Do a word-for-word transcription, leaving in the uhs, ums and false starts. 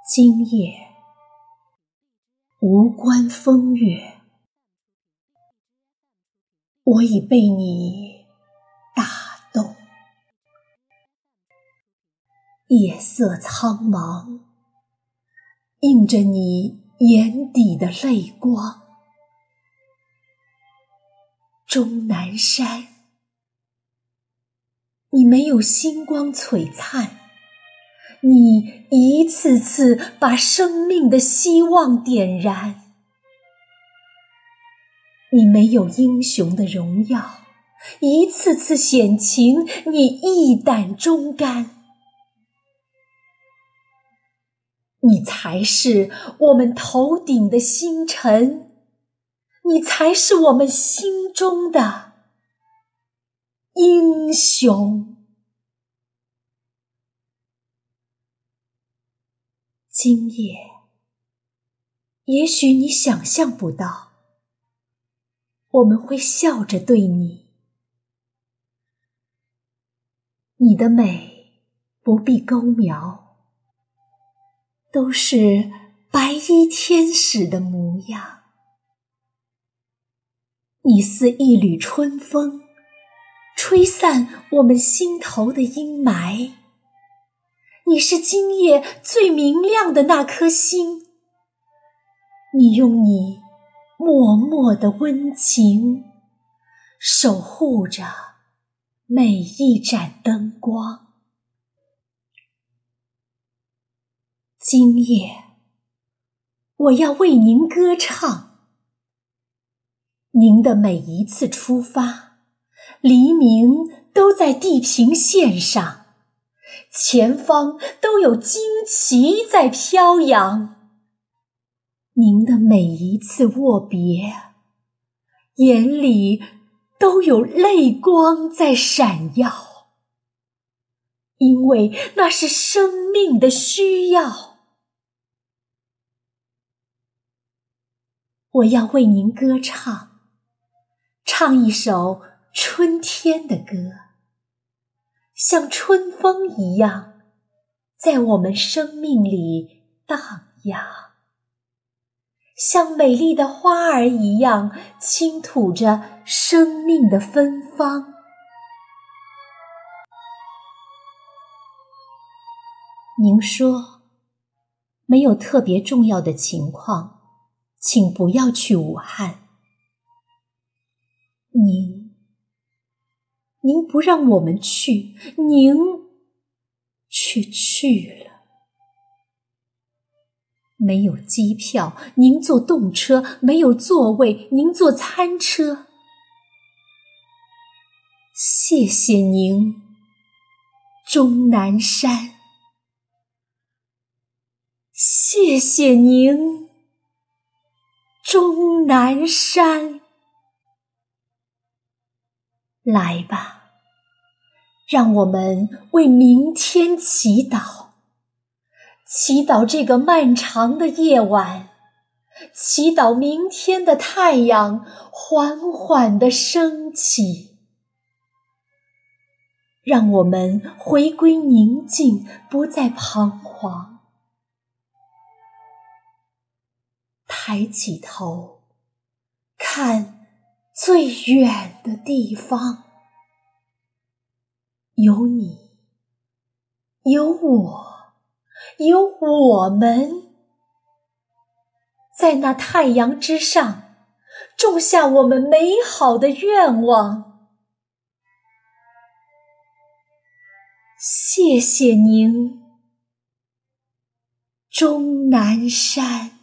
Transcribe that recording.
今夜无关风月，我已被你打动。夜色苍茫，映着你眼底的泪光。终南山，你没有星光璀璨，你一次次把生命的希望点燃。你没有英雄的荣耀，一次次险情，你一胆忠肝。你才是我们头顶的星辰，你才是我们心中的英雄。今夜，也许你想象不到，我们会笑着对你。你的美不必勾描，都是白衣天使的模样。你似一缕春风，吹散我们心头的阴霾。你是今夜最明亮的那颗星，你用你默默的温情，守护着每一盏灯光。今夜，我要为您歌唱。您的每一次出发，黎明都在地平线上，前方都有旌旗在飘扬。您的每一次握别，眼里都有泪光在闪耀，因为那是生命的需要。我要为您歌唱，唱一首春天的歌，像春风一样，在我们生命里荡漾，像美丽的花儿一样，倾吐着生命的芬芳。您说，没有特别重要的情况，请不要去武汉。您，您不让我们去，您却去了。没有机票，您坐动车；没有座位，您坐餐车。谢谢您，终南山。谢谢您，终南山。来吧，让我们为明天祈祷，祈祷这个漫长的夜晚，祈祷明天的太阳缓缓地升起。让我们回归宁静，不再彷徨。抬起头，看最远的地方，有你，有我，有我们，在那太阳之上，种下我们美好的愿望。谢谢您，终南山。